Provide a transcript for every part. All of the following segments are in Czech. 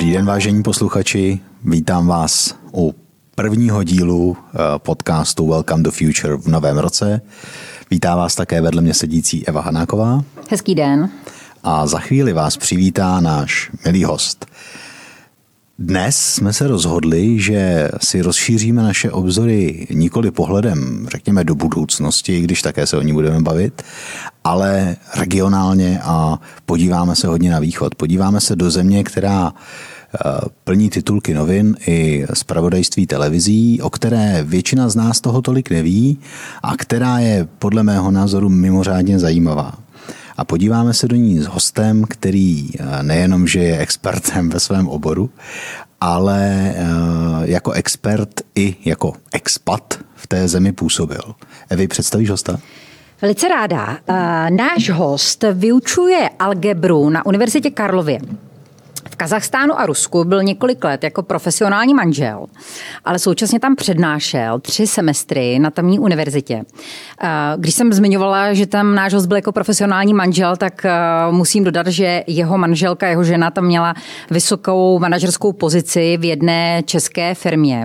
Dobrý den, vážení posluchači, vítám vás u prvního dílu podcastu Welcome to Future v novém roce. Vítá vás také vedle mě sedící Eva Hanáková. Hezký den. A za chvíli vás přivítá náš milý host. Dnes jsme se rozhodli, že si rozšíříme naše obzory nikoli pohledem, řekněme, do budoucnosti, když také se o ní budeme bavit, ale regionálně a podíváme se hodně na východ. Podíváme se do země, která plní titulky novin i zpravodajství televizí, o které většina z nás toho tolik neví a která je podle mého názoru mimořádně zajímavá. A podíváme se do ní s hostem, který nejenom, že je expertem ve svém oboru, ale jako expert i jako expat v té zemi působil. Evi, představíš hosta? Velice ráda. Náš host vyučuje algebru na Univerzitě Karlově. V Kazachstánu a Rusku byl několik let jako profesionální manžel, ale současně tam přednášel 3 semestry na tamní univerzitě. Když jsem zmiňovala, že tam náš host byl jako profesionální manžel, tak musím dodat, že jeho manželka, jeho žena tam měla vysokou manažerskou pozici v jedné české firmě.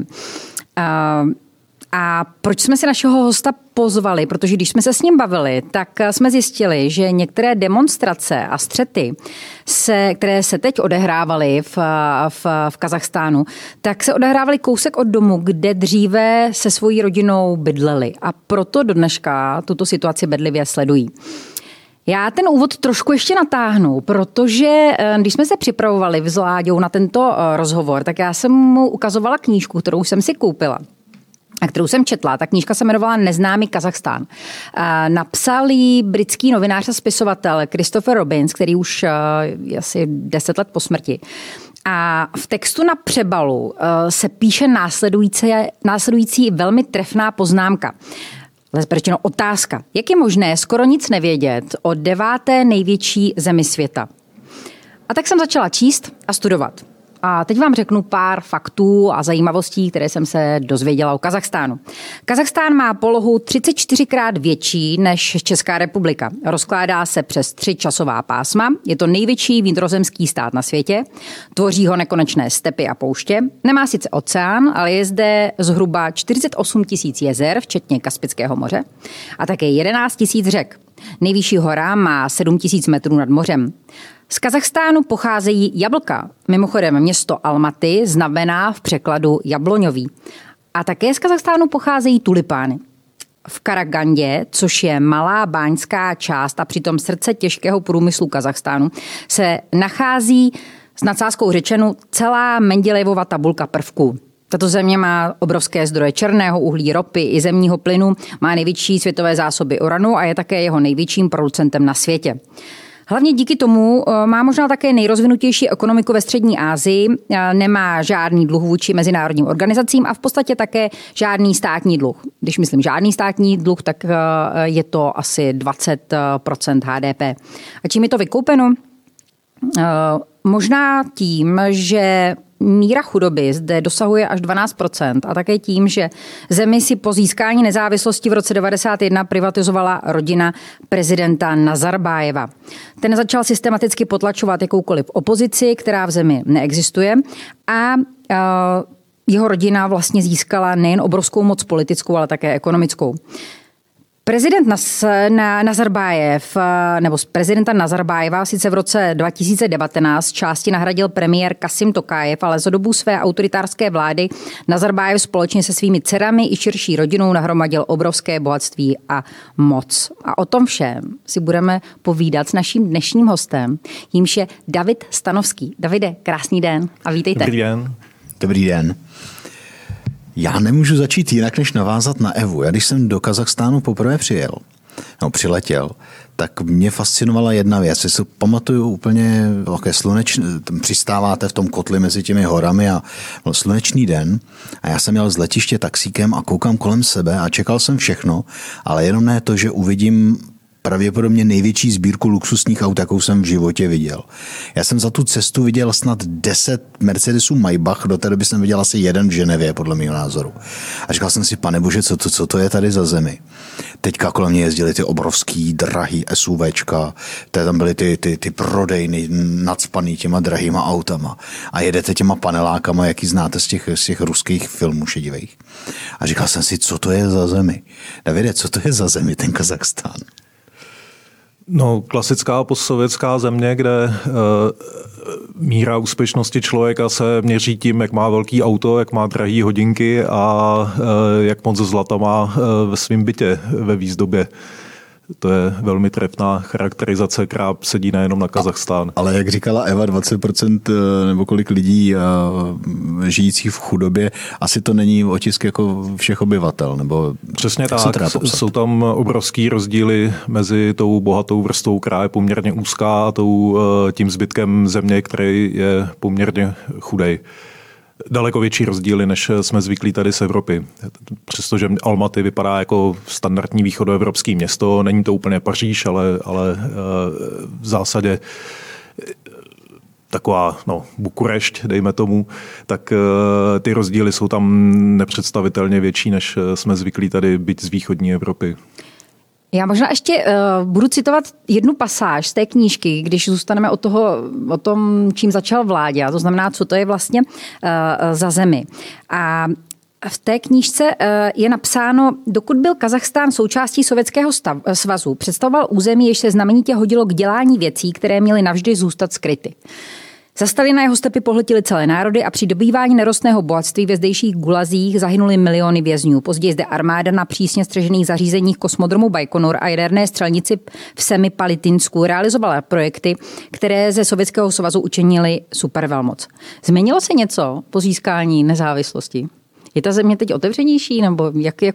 A proč jsme si našeho hosta pozvali? Protože když jsme se s ním bavili, tak jsme zjistili, že některé demonstrace a střety, které se teď odehrávaly v Kazachstánu, tak se odehrávaly kousek od domu, kde dříve se svojí rodinou bydleli. A proto do dneška tuto situaci bedlivě sledují. Já ten úvod trošku ještě natáhnu, protože když jsme se připravovali s Láďou na tento rozhovor, tak já jsem mu ukazovala knížku, kterou jsem si koupila a kterou jsem četla. Ta knížka se jmenovala Neznámý Kazachstán. Napsal ji britský novinář a spisovatel Christopher Robins, který už je asi 10 let po smrti. A v textu na přebalu se píše následující velmi trefná poznámka. Řečeno otázka. Jak je možné skoro nic nevědět o 9. největší zemi světa? A tak jsem začala číst a studovat. A teď vám řeknu pár faktů a zajímavostí, které jsem se dozvěděla o Kazachstánu. Kazachstán má polohu 34krát větší než Česká republika. Rozkládá se přes 3 časová pásma. Je to největší vnitrozemský stát na světě. Tvoří ho nekonečné stepy a pouště. Nemá sice oceán, ale je zde zhruba 48 000 jezer, včetně Kaspického moře. A také 11 000 řek. Nejvyšší hora má 7 000 metrů nad mořem. Z Kazachstánu pocházejí jablka. Mimochodem město Almaty znamená v překladu jabloňový. A také z Kazachstánu pocházejí tulipány. V Karagandě, což je malá báňská část a přitom srdce těžkého průmyslu Kazachstánu, se nachází s nadsázkou řečeno celá Mendelejevova tabulka prvků. Tato země má obrovské zdroje černého uhlí, ropy i zemního plynu, má největší světové zásoby uranu a je také jeho největším producentem na světě. Hlavně díky tomu má možná také nejrozvinutější ekonomiku ve střední Asii, nemá žádný dluh vůči mezinárodním organizacím a v podstatě také žádný státní dluh. Když myslím žádný státní dluh, tak je to asi 20% HDP. A čím je to vykoupeno? Možná tím, že míra chudoby zde dosahuje až 12% a také tím, že zemi si po získání nezávislosti v roce 1991 privatizovala rodina prezidenta Nazarbájeva. Ten začal systematicky potlačovat jakoukoliv opozici, která v zemi neexistuje a jeho rodina vlastně získala nejen obrovskou moc politickou, ale také ekonomickou. Prezident prezidenta Nazarbájeva sice v roce 2019 části nahradil premiér Kasim Tokajev, ale za dobu své autoritářské vlády Nazarbájev společně se svými dcerami i širší rodinou nahromadil obrovské bohatství a moc. A o tom všem si budeme povídat s naším dnešním hostem, jímž je David Stanovský. Davide, krásný den a vítejte. Dobrý den. Dobrý den. Já nemůžu začít jinak, než navázat na Evu. Já když jsem do Kazachstánu poprvé přiletěl, tak mě fascinovala jedna věc. Si pamatuju úplně také přistáváte v tom kotli mezi těmi horami a slunečný den a já jsem jel z letiště taxíkem a koukám kolem sebe a čekal jsem všechno, ale jenom ne to, že uvidím pravděpodobně největší sbírku luxusních aut, jakou jsem v životě viděl. Já jsem za tu cestu viděl snad 10 Mercedesů Maybach, do té doby jsem viděl asi jeden v Ženevě, podle mého názoru. A říkal jsem si, panebože, co to je tady za zemi? Teďka kolem mě jezdili ty obrovský, drahý SUVčka, tam byly ty prodejny nacpaný těma drahýma autama. A jedete těma panelákama, jaký znáte z těch ruských filmů šedivých. A říkal jsem si, co to je za zemi? Davide, co to je za zemi, ten Kazachstán? No, klasická postsovětská země, kde míra úspěšnosti člověka se měří tím, jak má velký auto, jak má drahý hodinky a jak moc zlata má ve svém bytě ve výzdobě. To je velmi trefná charakterizace, která sedí nejenom na Kazachstán. Ale jak říkala Eva, 20% nebo kolik lidí žijících v chudobě, asi to není otisk jako všech obyvatel, nebo... Přesně tak, jsou tam obrovský rozdíly mezi tou bohatou vrstvou, která je poměrně úzká, a tím zbytkem země, který je poměrně chudej. Daleko větší rozdíly, než jsme zvyklí tady z Evropy. Přestože Almaty vypadá jako standardní východoevropské město, není to úplně Paříž, ale v zásadě taková Bukurešť, dejme tomu, tak ty rozdíly jsou tam nepředstavitelně větší, než jsme zvyklí tady být z východní Evropy. Já možná ještě budu citovat jednu pasáž z té knížky, když zůstaneme o tom, čím začal Vláďa, to znamená, co to je vlastně za zemi. A v té knížce je napsáno, dokud byl Kazachstán součástí Sovětského svazu, představoval území, jež se znamenitě hodilo k dělání věcí, které měly navždy zůstat skryty. Za Stalina jeho stepy pohltily celé národy a při dobývání nerostného bohatství ve zdejších gulazích zahynuly miliony vězňů. Později zde armáda na přísně střežených zařízeních kosmodromu Bajkonur a jaderné střelnici v Semipalitinsku realizovala projekty, které ze Sovětského svazu učinily supervelmoc. Změnilo se něco po získání nezávislosti? Je ta země teď otevřenější, nebo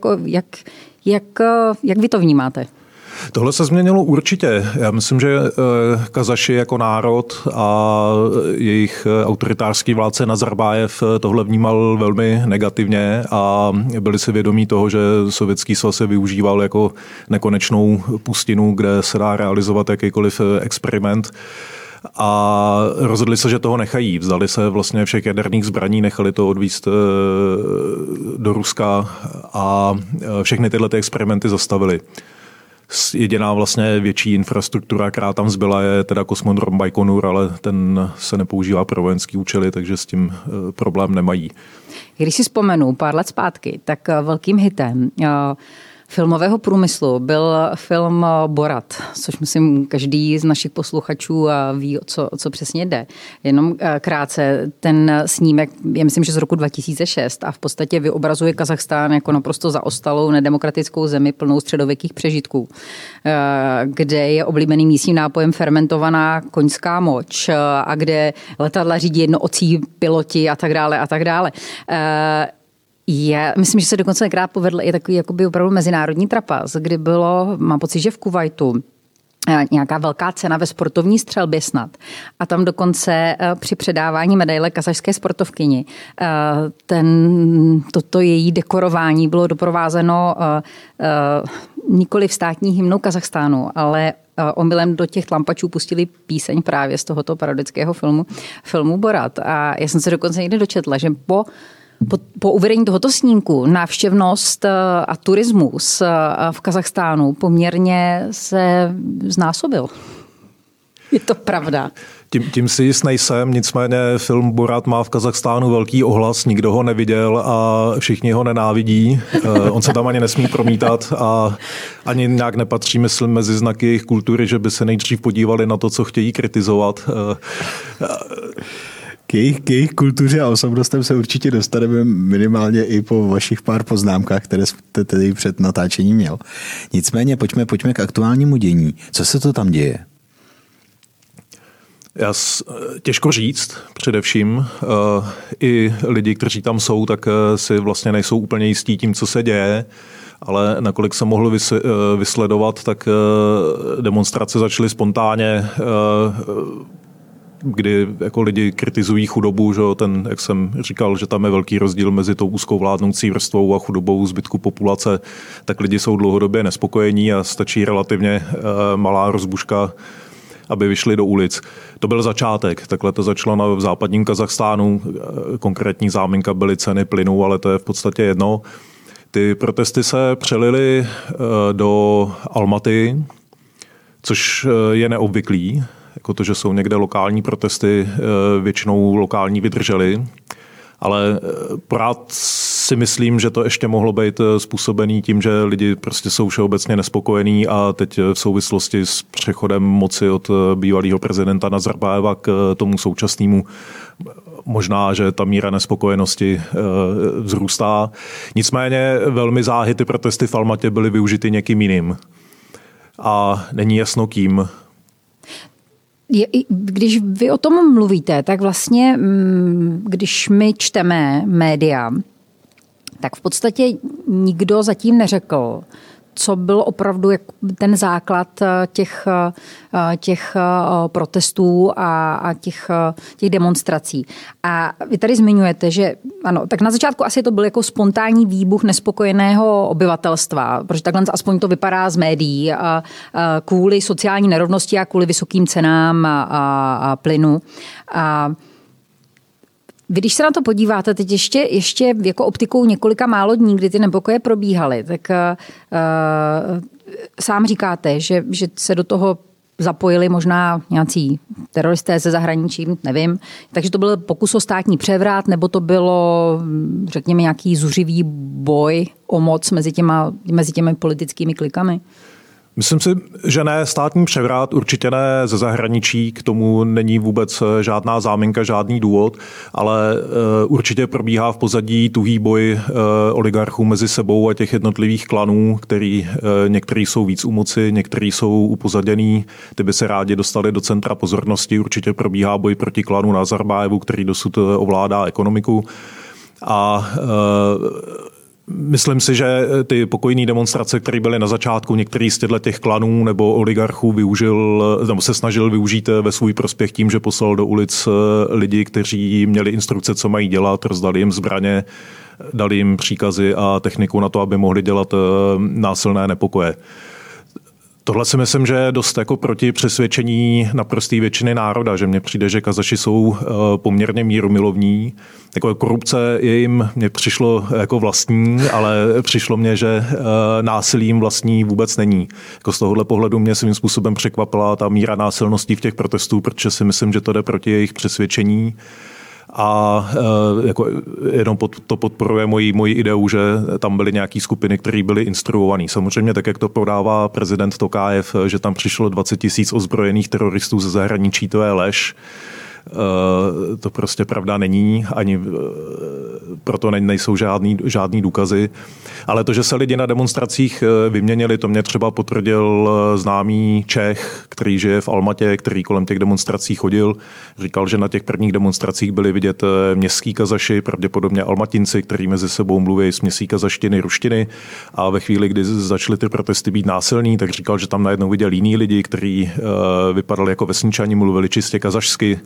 jak vy to vnímáte? Tohle se změnilo určitě. Já myslím, že Kazaši jako národ a jejich autoritářský vládce Nazarbájev tohle vnímal velmi negativně a byli si vědomí toho, že Sovětský svaz se využíval jako nekonečnou pustinu, kde se dá realizovat jakýkoliv experiment. A rozhodli se, že toho nechají. Vzdali se vlastně všech jaderných zbraní, nechali to odvízt do Ruska a všechny tyhle experimenty zastavili. Jediná vlastně větší infrastruktura, která tam zbyla, je teda kosmodrom Bajkonur, ale ten se nepoužívá pro vojenský účely, takže s tím problém nemají. Když si vzpomenu pár let zpátky, tak velkým hitem filmového průmyslu byl film Borat, což myslím každý z našich posluchačů ví, o co přesně jde. Jenom krátce, ten snímek je myslím, že z roku 2006 a v podstatě vyobrazuje Kazachstán jako naprosto zaostalou nedemokratickou zemi plnou středověkých přežitků, kde je oblíbeným místním nápojem fermentovaná koňská moč a kde letadla řídí jednoocí piloti a tak dále a tak dále. Myslím, že se dokonce nekrát povedl i takový jakoby opravdu mezinárodní trapas, kdy bylo, mám pocit, že v Kuvajtu nějaká velká cena ve sportovní střelbě snad. A tam dokonce při předávání medaile kazašské sportovkyni toto její dekorování bylo doprovázeno nikoli v státní hymnou Kazachstánu, ale omylem do těch tlampačů pustili píseň právě z tohoto parodického filmu Borat. A já jsem se dokonce někde dočetla, že po uvedení tohoto snímku návštěvnost a turismus v Kazachstánu poměrně se znásobil. Je to pravda. Tím si jist nejsem, nicméně film Borat má v Kazachstánu velký ohlas, nikdo ho neviděl a všichni ho nenávidí. On se tam ani nesmí promítat a ani nějak nepatří, myslím, mezi znaky jejich kultury, že by se nejdřív podívali na to, co chtějí kritizovat. K jejich kultuře a osobnostem se určitě dostaneme minimálně i po vašich pár poznámkách, které jste tedy před natáčením měl. Nicméně pojďme k aktuálnímu dění. Co se to tam děje? Těžko říct, především. I lidi, kteří tam jsou, tak si vlastně nejsou úplně jistí tím, co se děje. Ale nakolik jsem mohl vysledovat, tak demonstrace začaly spontánně kdy jako lidi kritizují chudobu, že jak jsem říkal, že tam je velký rozdíl mezi tou úzkou vládnoucí vrstvou a chudobou zbytku populace, tak lidi jsou dlouhodobě nespokojení a stačí relativně malá rozbuška, aby vyšli do ulic. To byl začátek. Takhle to začalo v západním Kazachstánu. Konkrétní záminka byly ceny plynu, ale to je v podstatě jedno. Ty protesty se přelily do Almaty, což je neobvyklý. Jako to, že jsou někde lokální protesty, většinou lokální vydržely. Ale pořád si myslím, že to ještě mohlo být způsobený tím, že lidi prostě jsou všeobecně nespokojení a teď v souvislosti s přechodem moci od bývalého prezidenta Nazarbájeva k tomu současnému možná, že ta míra nespokojenosti vzrůstá. Nicméně velmi záhy ty protesty v Almatě byly využity někým jiným. A není jasno kým. Když vy o tom mluvíte, tak vlastně, když my čteme média, tak v podstatě nikdo zatím neřekl, co byl opravdu ten základ těch protestů a těch demonstrací. A vy tady zmiňujete, že ano, tak na začátku asi to byl jako spontánní výbuch nespokojeného obyvatelstva, protože takhle aspoň to vypadá z médií, kvůli sociální nerovnosti a kvůli vysokým cenám a plynu. Vy, když se na to podíváte teď ještě jako optikou několika málo dní, kdy ty nepokoje probíhaly, tak sám říkáte, že se do toho zapojili možná nějací teroristé ze zahraničí, nevím. Takže to byl pokus o státní převrat, nebo to bylo, řekněme, nějaký zuřivý boj o moc mezi těmi politickými klikami? Myslím si, že ne státní převrat, určitě ne ze zahraničí, k tomu není vůbec žádná záminka, žádný důvod, ale určitě probíhá v pozadí tuhý boj oligarchů mezi sebou a těch jednotlivých klanů, některý jsou víc u moci, některý jsou upozaděný, ty by se rádi dostali do centra pozornosti, určitě probíhá boj proti klanu Nazarbájevu, který dosud ovládá ekonomiku a myslím si, že ty pokojné demonstrace, které byly na začátku, některý z těch klanů nebo oligarchů se snažil využít ve svůj prospěch tím, že poslal do ulic lidi, kteří měli instrukce, co mají dělat, rozdali jim zbraně, dali jim příkazy a techniku na to, aby mohli dělat násilné nepokoje. Tohle si myslím, že je dost jako proti přesvědčení naprosté většiny národa, že mně přijde, že Kazaši jsou poměrně mírumilovní. Jako korupce mně přišlo jako vlastní, ale přišlo mně, že násilím vlastní vůbec není. Jako z tohohle pohledu mě svým způsobem překvapila ta míra násilností v těch protestů, protože si myslím, že to jde proti jejich přesvědčení. A jako jenom to podporuje moji ideu, že tam byly nějaké skupiny, které byly instruované. Samozřejmě tak, jak to prodává prezident Tokájev, že tam přišlo 20 000 ozbrojených teroristů ze zahraničí, to je lež. To prostě pravda není, ani proto nejsou žádný důkazy. Ale to, že se lidi na demonstracích vyměnili, to mě třeba potvrdil známý Čech, který žije v Almatě, který kolem těch demonstrací chodil. Říkal, že na těch prvních demonstracích byli vidět městský Kazaši, pravděpodobně Almatinci, kteří mezi sebou mluví směsí kazaštiny, ruštiny. A ve chvíli, kdy začaly ty protesty být násilný, tak říkal, že tam najednou viděl jiný lidi, kteří vypadali jako vesničani, mluvili čistě kazašsky.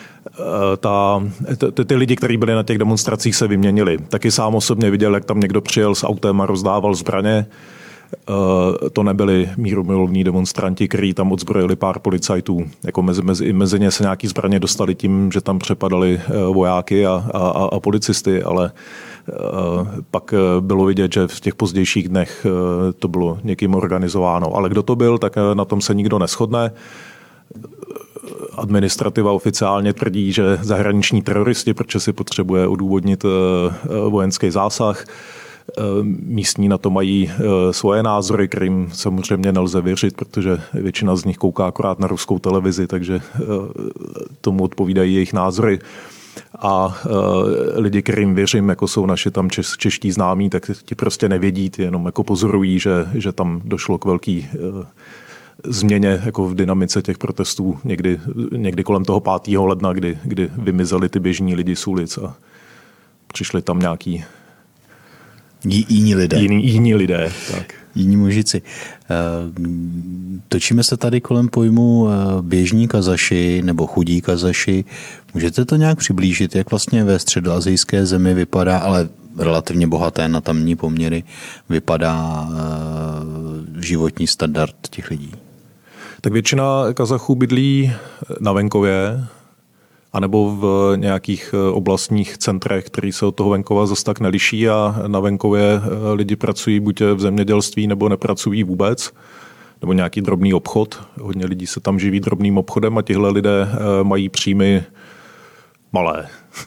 Ty lidi, kteří byli na těch demonstracích, se vyměnili. Taky sám osobně viděl, jak tam někdo přijel s autem a rozdával zbraně. To nebyli mírumilovní demonstranti, kteří tam odzbrojili pár policajtů. Jako mezi ně se nějaký zbraně dostali tím, že tam přepadali vojáky a policisty, ale pak bylo vidět, že v těch pozdějších dnech to bylo někým organizováno. Ale kdo to byl, tak na tom se nikdo neshodne. Administrativa oficiálně tvrdí, že zahraniční teroristi, protože si potřebuje odůvodnit vojenský zásah. Místní na to mají svoje názory, kterým samozřejmě nelze věřit, protože většina z nich kouká akorát na ruskou televizi, takže tomu odpovídají jejich názory. A lidi, kterým věřím, jako jsou naši tam čeští známí, tak ti prostě nevědí, jenom jako pozorují, že tam došlo k velký změně jako v dynamice těch protestů někdy kolem toho 5. ledna, kdy vymizeli ty běžní lidi z ulic a přišli tam nějaký Jiní lidé. Jiní lidé, tak. Jiní mužici. Točíme se tady kolem pojmu běžní Kazaši nebo chudí Kazaši. Můžete to nějak přiblížit, jak vlastně ve středoasijské zemi vypadá, ale relativně bohaté na tamní poměry, vypadá životní standard těch lidí? Tak většina Kazachů bydlí na venkově, anebo v nějakých oblastních centrech, které se od toho venkova zase tak neliší a na venkově lidi pracují buď v zemědělství, nebo nepracují vůbec, nebo nějaký drobný obchod. Hodně lidí se tam živí drobným obchodem a tihle lidé mají příjmy malé.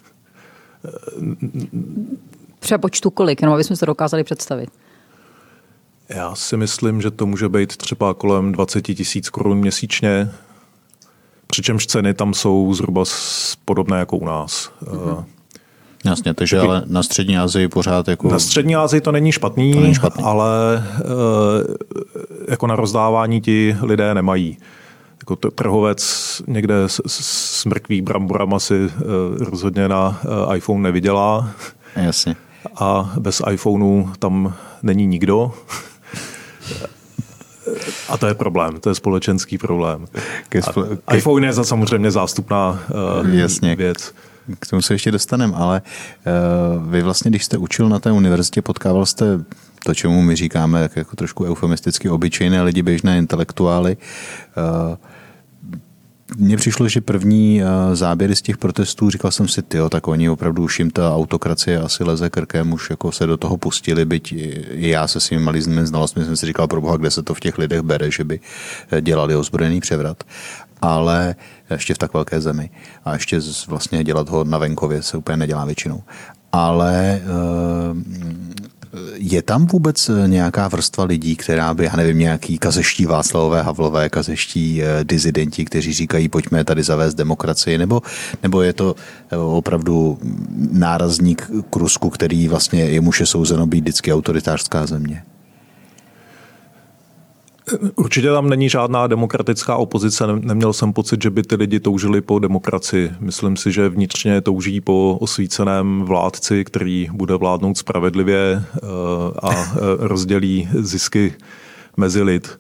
Přepočtu kolik, jenom aby jsme se dokázali představit. Já si myslím, že to může být třeba kolem 20 000 korun měsíčně, přičemž ceny tam jsou zhruba podobné jako u nás. Jasně, takže ale na střední Asii pořád jako... Na střední Asii to není špatný, ale jako na rozdávání ti lidé nemají. Jako trhovec někde s mrkví bramborama si rozhodně na iPhone nevydělá. Jasně. A bez iPhoneu tam není nikdo. A to je problém, to je společenský problém. iPhone je samozřejmě zástupná věc. K tomu se ještě dostaneme, ale vy vlastně, když jste učil na té univerzitě, potkával jste to, čemu my říkáme jako trošku eufemisticky obyčejné lidi, běžné intelektuály. Mně přišlo, že první záběry z těch protestů, říkal jsem si, tak oni opravdu už jim ta autokracie asi leze krkem, už jako se do toho pustili, byť i já se svými malými znalostmi jsem si říkal, proboha, kde se to v těch lidech bere, že by dělali ozbrojený převrat. Ale ještě v tak velké zemi. A ještě vlastně dělat ho na venkově se úplně nedělá většinou. Ale je tam vůbec nějaká vrstva lidí, která by, já nevím, nějaký kazeští Václavové Havlové, kazeští dizidenti, kteří říkají, pojďme tady zavést demokracii, nebo je to opravdu nárazník k Rusku, který vlastně jemuž je souzeno být vždycky autoritářská země? Určitě tam není žádná demokratická opozice. Neměl jsem pocit, že by ty lidi toužili po demokracii. Myslím si, že vnitřně touží po osvíceném vládci, který bude vládnout spravedlivě a rozdělí zisky mezi lid.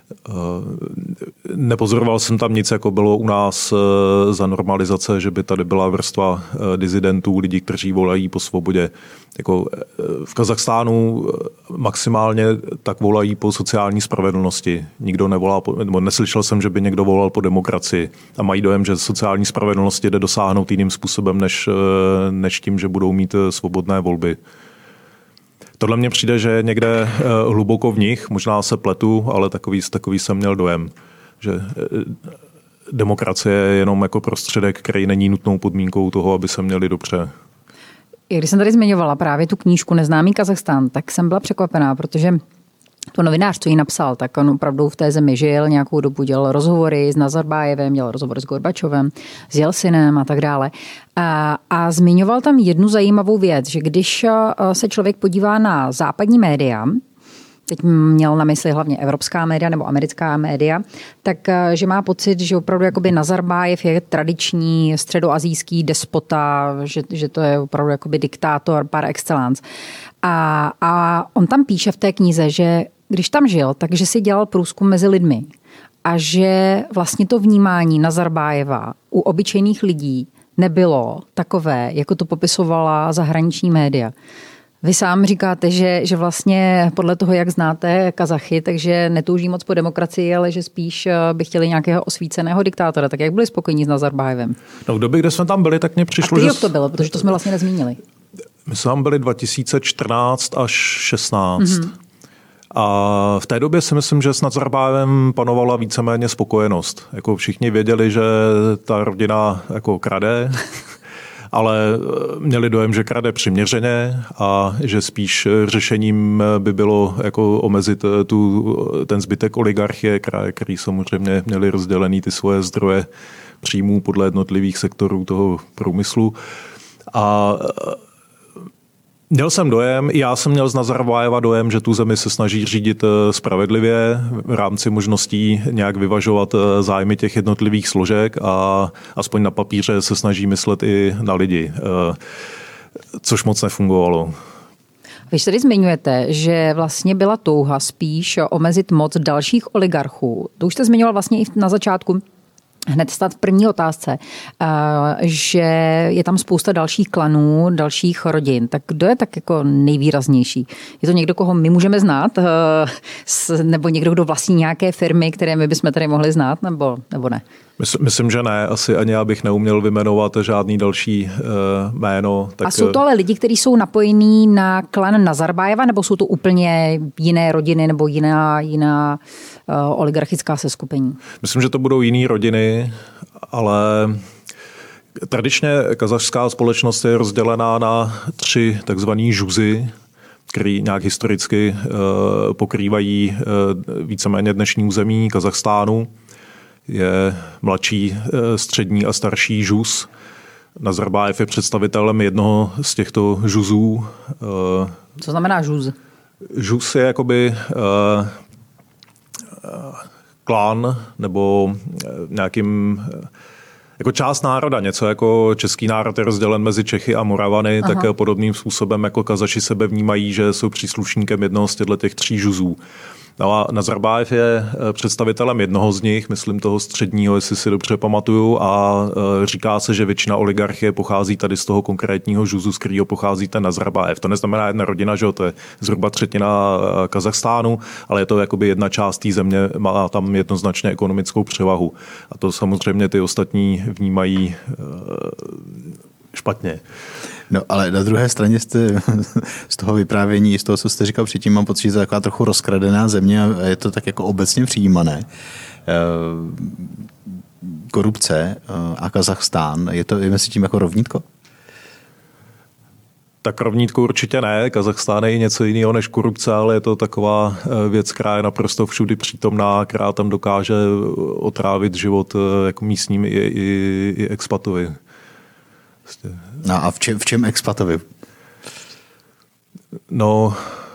Nepozoroval jsem tam nic, jako bylo u nás za normalizace, že by tady byla vrstva dizidentů, lidí, kteří volají po svobodě. Jako v Kazachstánu maximálně tak volají po sociální spravedlnosti. Nikdo nevolá, nebo neslyšel jsem, že by někdo volal po demokracii a mají dojem, že sociální spravedlnosti jde dosáhnout jiným způsobem, než tím, že budou mít svobodné volby. Tohle mně přijde, že někde hluboko v nich, možná se pletu, ale takový jsem měl dojem, že demokracie je jenom jako prostředek, který není nutnou podmínkou toho, aby se měli dobře. I když jsem tady zmiňovala právě tu knížku Neznámý Kazachstán, tak jsem byla překvapená, protože to novinář, co ji napsal, tak on opravdu v té zemi žil, nějakou dobu dělal rozhovory s Nazarbájevem, dělal rozhovory s Gorbačovem, s Jelcinem a tak dále. A zmiňoval tam jednu zajímavou věc, že když se člověk podívá na západní média, teď měl na mysli hlavně evropská média nebo americká média, tak že má pocit, že opravdu jakoby Nazarbájev je tradiční středoasijský despota, že to je opravdu jakoby diktátor par excellence. A on tam píše v té knize, že když tam žil, takže si dělal průzkum mezi lidmi a že vlastně to vnímání Nazarbájeva u obyčejných lidí nebylo takové, jako to popisovala zahraniční média. Vy sám říkáte, že vlastně podle toho, jak znáte Kazachy, takže netouží moc po demokracii, ale že spíš by chtěli nějakého osvíceného diktátora. Tak jak byli spokojení s Nazarbájevem? No v době, kde jsme tam byli, tak mně přišlo, že... to bylo, protože to jsme vlastně nezmínili. My jsme tam byli 2014 až 16. Mm-hmm. A v té době si myslím, že s Nazarbájevem panovala víceméně spokojenost. Jako všichni věděli, že ta rodina jako krade, ale měli dojem, že krade přiměřeně a že spíš řešením by bylo jako omezit ten zbytek oligarchie, který samozřejmě měli rozdělený ty svoje zdroje příjmů podle jednotlivých sektorů toho průmyslu. A měl jsem dojem, já jsem měl z Nazarbájeva dojem, že tu zemi se snaží řídit spravedlivě v rámci možností nějak vyvažovat zájmy těch jednotlivých složek a aspoň na papíře se snaží myslet i na lidi, což moc nefungovalo. Vy tady zmiňujete, že vlastně byla touha spíš omezit moc dalších oligarchů. To už jste zmiňoval vlastně i na začátku, hned stát v první otázce, že je tam spousta dalších klanů, dalších rodin. Tak kdo je tak jako nejvýraznější? Je to někdo, koho my můžeme znát? Nebo někdo, kdo vlastní nějaké firmy, které my bychom tady mohli znát? Nebo ne? Myslím, že ne. Asi ani já bych neuměl vyjmenovat žádný další jméno. Tak... A jsou to ale lidi, kteří jsou napojení na klan Nazarbájeva, nebo jsou to úplně jiné rodiny nebo jiná oligarchická seskupení? Myslím, že to budou jiné rodiny, ale tradičně kazašská společnost je rozdělená na 3 takzvaný žuzy, který nějak historicky pokrývají víceméně dnešní území Kazachstánu. Je mladší, střední a starší žuz. Nazarbájev je představitelem jednoho z těchto žuzů. Co znamená žuz? Žuz je jakoby klan nebo nějakým jako část národa, něco jako český národ je rozdělen mezi Čechy a Moravany, tak podobným způsobem jako Kazaši sebe vnímají, že jsou příslušníkem jednoho z těch 3 žuzů. No a Nazarbájev je představitelem jednoho z nich, myslím toho středního, jestli si dobře pamatuju, a říká se, že většina oligarchie pochází tady z toho konkrétního žuzu, z kterého pochází ten Nazarbájev. To neznamená jedna rodina, že to je zhruba 1/3 Kazachstánu, ale je to jakoby jedna část té země, má tam jednoznačně ekonomickou převahu. A to samozřejmě ty ostatní vnímají špatně. No, ale na druhé straně jste z toho vyprávění, z toho, co jste říkal předtím, mám pocit, že to je taková trochu rozkradená země a je to tak jako obecně přijímané. Korupce a Kazachstán, je mezi tím jako rovnítko? Tak rovnítko určitě ne. Kazachstán je něco jiného než korupce, ale je to taková věc, která je naprosto všudy přítomná, která tam dokáže otrávit život jako místním i expatovi. No a v čem expatovi? No,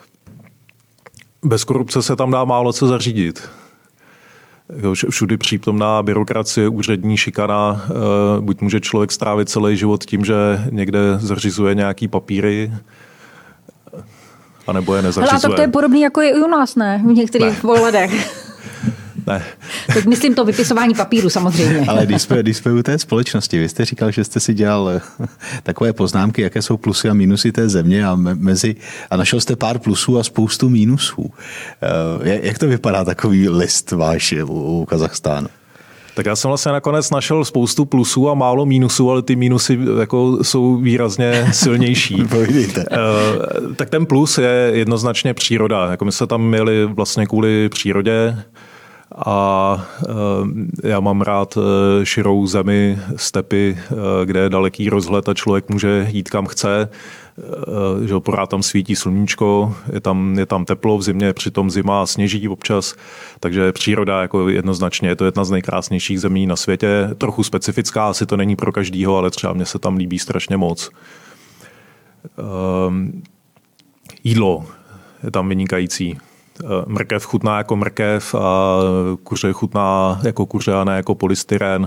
bez korupce se tam dá málo co zařídit. Všudy přítomná byrokracie, úřední šikana, buď může člověk strávit celý život tím, že někde zařizuje nějaký papíry, anebo je nezařizuje. Ale tak to je podobný, jako je i u nás, ne? V některých ohledech. Ne. Teď myslím to vypisování papíru samozřejmě. Ale když jsme u té společnosti, vy jste říkal, že jste si dělal takové poznámky, jaké jsou plusy a mínusy té země a našel jste pár plusů a spoustu mínusů. Jak to vypadá takový list váš u Kazachstánu? Tak já jsem vlastně nakonec našel spoustu plusů a málo mínusů, ale ty mínusy jako jsou výrazně silnější. Tak ten plus je jednoznačně příroda. Jako my jsme tam měli vlastně kvůli přírodě a já mám rád širou zemi, stepy, kde je daleký rozhled a člověk může jít kam chce. Že pořád tam svítí sluníčko, je tam teplo, v zimě přitom zima a sněží občas, takže příroda jako jednoznačně je to jedna z nejkrásnějších zemí na světě. Trochu specifická, asi to není pro každýho, ale třeba mně se tam líbí strašně moc. Jídlo je tam vynikající. Mrkev chutná jako mrkev a kuře chutná jako kuře a ne jako polystyren.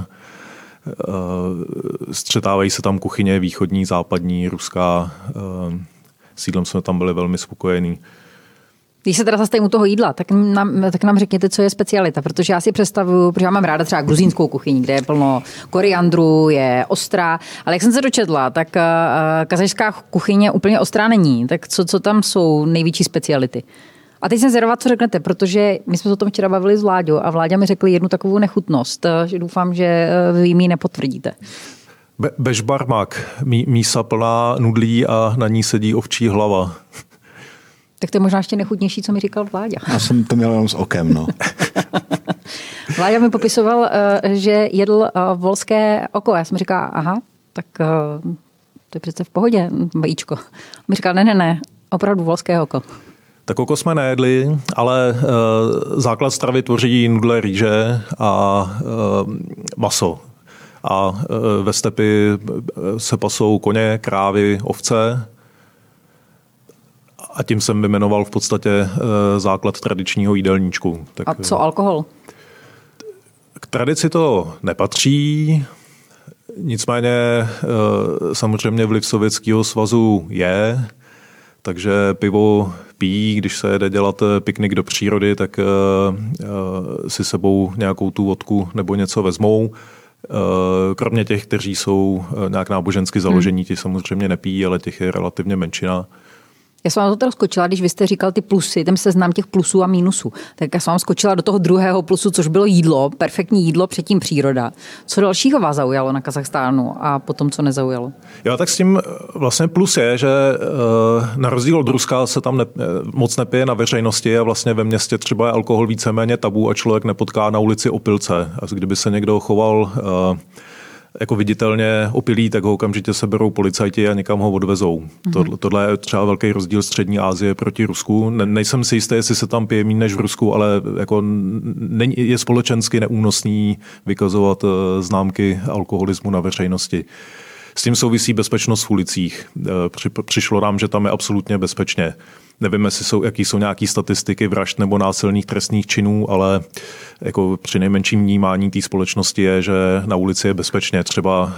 Střetávají se tam kuchyně východní, západní, ruská. S jídlem jsme tam byli velmi spokojení. Když se teda zastavím u toho jídla, tak nám řekněte, co je specialita, protože já si představuju, protože já mám ráda třeba gruzínskou kuchyni, kde je plno koriandru, je ostrá, ale jak jsem se dočetla, tak kazašská kuchyně úplně ostrá není. Tak co tam jsou největší speciality? A teď jsem zvědavá, co řeknete, protože my jsme se o tom včera bavili s Vláďou a Vláďa mi řekl jednu takovou nechutnost, že doufám, že vy mi nepotvrdíte. Bežbarmak, mísa plná nudlí a na ní sedí ovčí hlava. Tak to je možná ještě nechutnější, co mi říkal Vláďa. Já jsem to měl jenom s okem, no. Vláďa mi popisoval, že jedl volské oko. Já jsem říkala, aha, tak to je přece v pohodě, vajíčko. On mi říkal, ne, opravdu volské oko. Tak oko jsme nejedli, ale základ stravy tvoří nudle, rýže a maso. A ve stepi se pasou koně, krávy, ovce. A tím jsem vyjmenoval v podstatě základ tradičního jídelníčku. Tak, a co alkohol? K tradici to nepatří. Nicméně samozřejmě vliv Sovětského svazu je. takže pivo pijí, když se jede dělat piknik do přírody, tak si sebou nějakou tu vodku nebo něco vezmou. Kromě těch, kteří jsou nějak nábožensky založení, ti samozřejmě nepijí, ale těch je relativně menšina. Já jsem vám to teda skočila, když vy jste říkal ty plusy, ten seznam těch plusů a mínusů. Tak já jsem vám skočila do toho druhého plusu, což bylo jídlo, perfektní jídlo, předtím příroda. Co dalšího vás zaujalo na Kazachstánu a potom co nezaujalo? Jo, tak s tím vlastně plus je, že na rozdíl od Ruska se tam moc nepije na veřejnosti a vlastně ve městě třeba je alkohol víceméně tabu a člověk nepotká na ulici opilce. A kdyby se někdo choval jako viditelně opilý, tak ho okamžitě seberou policajti a někam ho odvezou. Tohle je třeba velký rozdíl Střední Asie proti Rusku. Nejsem si jistý, jestli se tam pije méně než v Rusku, ale jako je společensky neúnosný vykazovat známky alkoholismu na veřejnosti. S tím souvisí bezpečnost v ulicích. Přišlo nám, že tam je absolutně bezpečně. Nevím, jaký jsou nějaké statistiky vražd nebo násilných trestných činů, ale jako při nejmenším vnímání té společnosti je, že na ulici je bezpečně. Třeba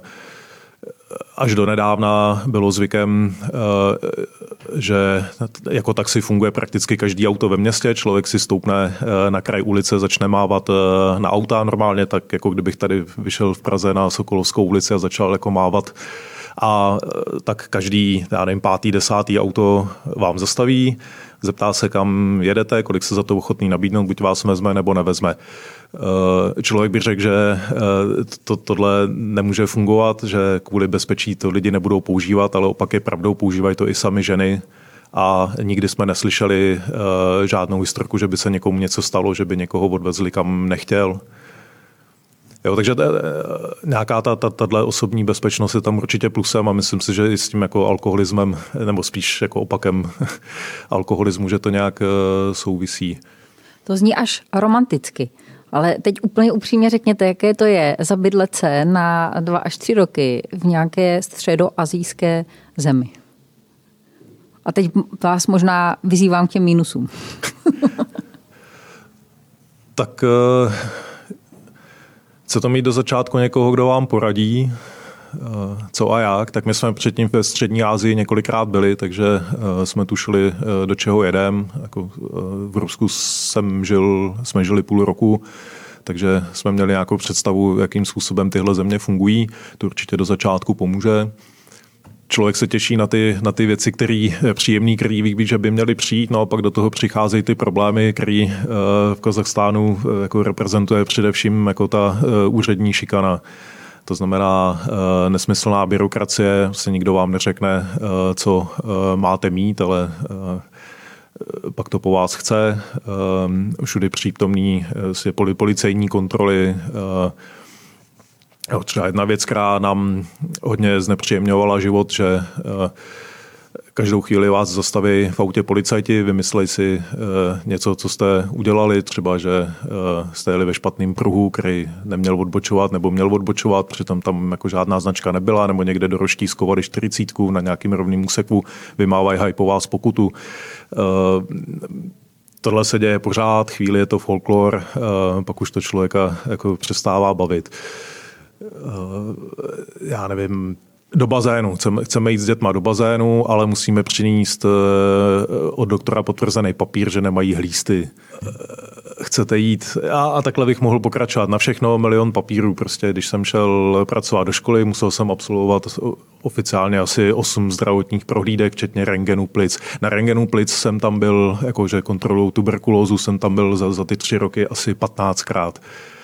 až do nedávna bylo zvykem, že jako taxi funguje prakticky každý auto ve městě. Člověk si stoupne na kraj ulice, začne mávat na auta normálně, tak jako kdybych tady vyšel v Praze na Sokolovskou ulici a začal jako mávat. A tak každý, já nevím, 5., 10. auto vám zastaví, zeptá se, kam jedete, kolik se za to ochotný nabídnout, buď vás vezme nebo nevezme. Člověk by řekl, že tohle nemůže fungovat, že kvůli bezpečí to lidi nebudou používat, ale opak je pravdou, používají to i sami ženy. A nikdy jsme neslyšeli žádnou historku, že by se někomu něco stalo, že by někoho odvezli, kam nechtěl. Jo, takže nějaká tato osobní bezpečnost je tam určitě plusem a myslím si, že i s tím jako alkoholismem, nebo spíš jako opakem alkoholismu, že to nějak souvisí. To zní až romanticky. Ale teď úplně upřímně řekněte, jaké to je zabydlet se na 2 až 3 roky v nějaké středoasijské zemi. A teď vás možná vyzývám k těm mínusům. Tak chce to mít do začátku někoho, kdo vám poradí, co a jak, tak my jsme předtím ve Střední Asii několikrát byli, takže jsme tušili, do čeho jedem. Jako v Rusku jsme žili půl roku, takže jsme měli nějakou představu, jakým způsobem tyhle země fungují. To určitě do začátku pomůže. Člověk se těší na ty věci, příjemný, který ví, že by měly přijít, no a pak do toho přicházejí ty problémy, který v Kazachstánu jako reprezentuje především jako ta úřední šikana. To znamená nesmyslná byrokracie, se nikdo vám neřekne, co máte mít, ale pak to po vás chce. Všudy přítomný policejní kontroly. Třeba jedna věc, která nám hodně znepříjemňovala život, že každou chvíli vás zastaví v autě policajti, vymyslej si něco, co jste udělali, třeba, že jste jeli ve špatném pruhu, který neměl odbočovat nebo měl odbočovat, přitom tam jako žádná značka nebyla, nebo někde do roští skovali 40 na nějakým rovným úseku, vymávají po vás pokutu. Tohle se děje pořád, chvíli je to folklor, pak už to člověka jako přestává bavit. Já nevím, do bazénu. Chceme jít s dětma do bazénu, ale musíme přinést od doktora potvrzený papír, že nemají hlísty. Chcete jít a takhle bych mohl pokračovat. Na všechno milion papírů. Prostě, když jsem šel pracovat do školy, musel jsem absolvovat oficiálně asi 8 zdravotních prohlídek, včetně rentgenu plic. Na rentgenu plic jsem tam byl, jakože kontrolou tuberkulózu jsem tam byl za ty 3 roky asi 15krát.